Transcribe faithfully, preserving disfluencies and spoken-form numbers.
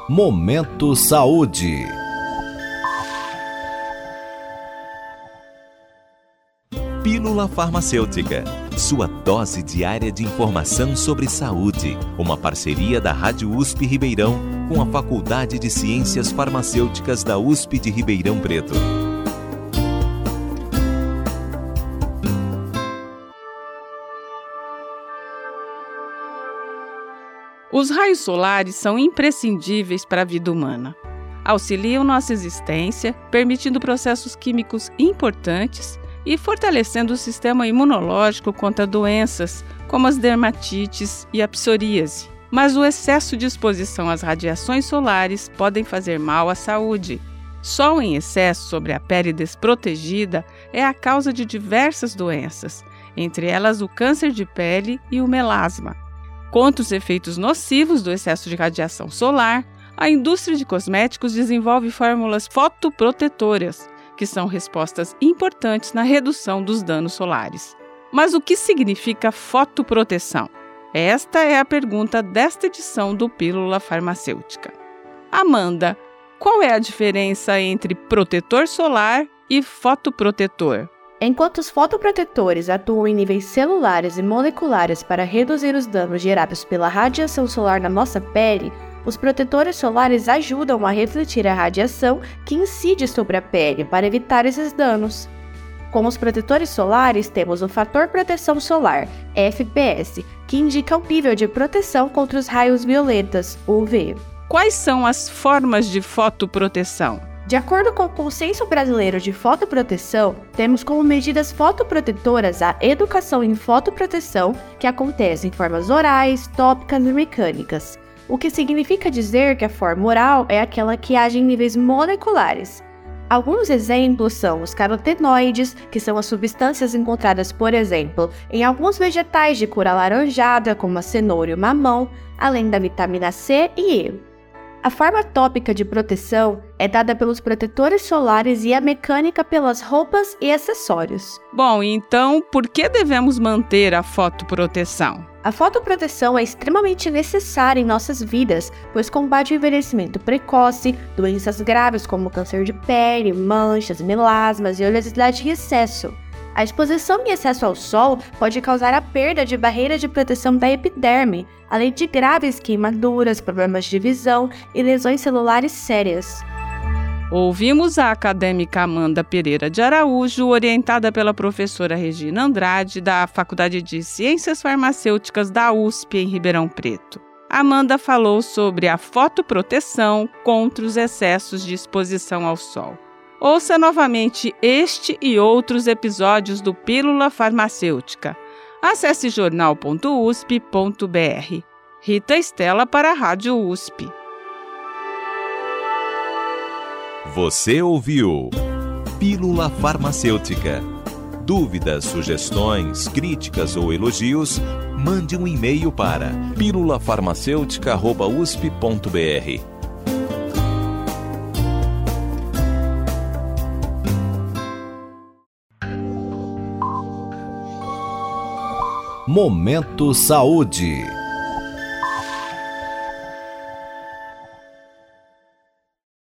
Momento Saúde. Pílula Farmacêutica, sua dose diária de informação sobre saúde. Uma parceria da Rádio U S P Ribeirão com a Faculdade de Ciências Farmacêuticas da U S P de Ribeirão Preto. Os raios solares são imprescindíveis para a vida humana. Auxiliam nossa existência, permitindo processos químicos importantes e fortalecendo o sistema imunológico contra doenças como as dermatites e a psoríase. Mas o excesso de exposição às radiações solares podem fazer mal à saúde. Sol em excesso sobre a pele desprotegida é a causa de diversas doenças, entre elas o câncer de pele e o melasma. Contra os efeitos nocivos do excesso de radiação solar, a indústria de cosméticos desenvolve fórmulas fotoprotetoras, que são respostas importantes na redução dos danos solares. Mas o que significa fotoproteção? Esta é a pergunta desta edição do Pílula Farmacêutica. Amanda, qual é a diferença entre protetor solar e fotoprotetor? Enquanto os fotoprotetores atuam em níveis celulares e moleculares para reduzir os danos gerados pela radiação solar na nossa pele, os protetores solares ajudam a refletir a radiação que incide sobre a pele para evitar esses danos. Com os protetores solares, temos o fator proteção solar, F P S, que indica o nível de proteção contra os raios violetas, U V. Quais são as formas de fotoproteção? De acordo com o Consenso Brasileiro de Fotoproteção, temos como medidas fotoprotetoras a educação em fotoproteção, que acontece em formas orais, tópicas e mecânicas, o que significa dizer que a forma oral é aquela que age em níveis moleculares. Alguns exemplos são os carotenoides, que são as substâncias encontradas, por exemplo, em alguns vegetais de cor alaranjada, como a cenoura e o mamão, além da vitamina C e E. A forma tópica de proteção é dada pelos protetores solares e a mecânica pelas roupas e acessórios. Bom, então, por que devemos manter a fotoproteção? A fotoproteção é extremamente necessária em nossas vidas, pois combate o envelhecimento precoce, doenças graves como câncer de pele, manchas, melasmas e oleosidade em excesso. A exposição em excesso ao sol pode causar a perda de barreira de proteção da epiderme, além de graves queimaduras, problemas de visão e lesões celulares sérias. Ouvimos a acadêmica Amanda Pereira de Araújo, orientada pela professora Regina Andrade, da Faculdade de Ciências Farmacêuticas da U S P em Ribeirão Preto. Amanda falou sobre a fotoproteção contra os excessos de exposição ao sol. Ouça novamente este e outros episódios do Pílula Farmacêutica. Acesse jornal ponto u s p ponto b r. Rita Estela para a Rádio U S P. Você ouviu Pílula Farmacêutica. Dúvidas, sugestões, críticas ou elogios, mande um e-mail para pílula farmacêutica arroba u s p ponto b r. Momento Saúde.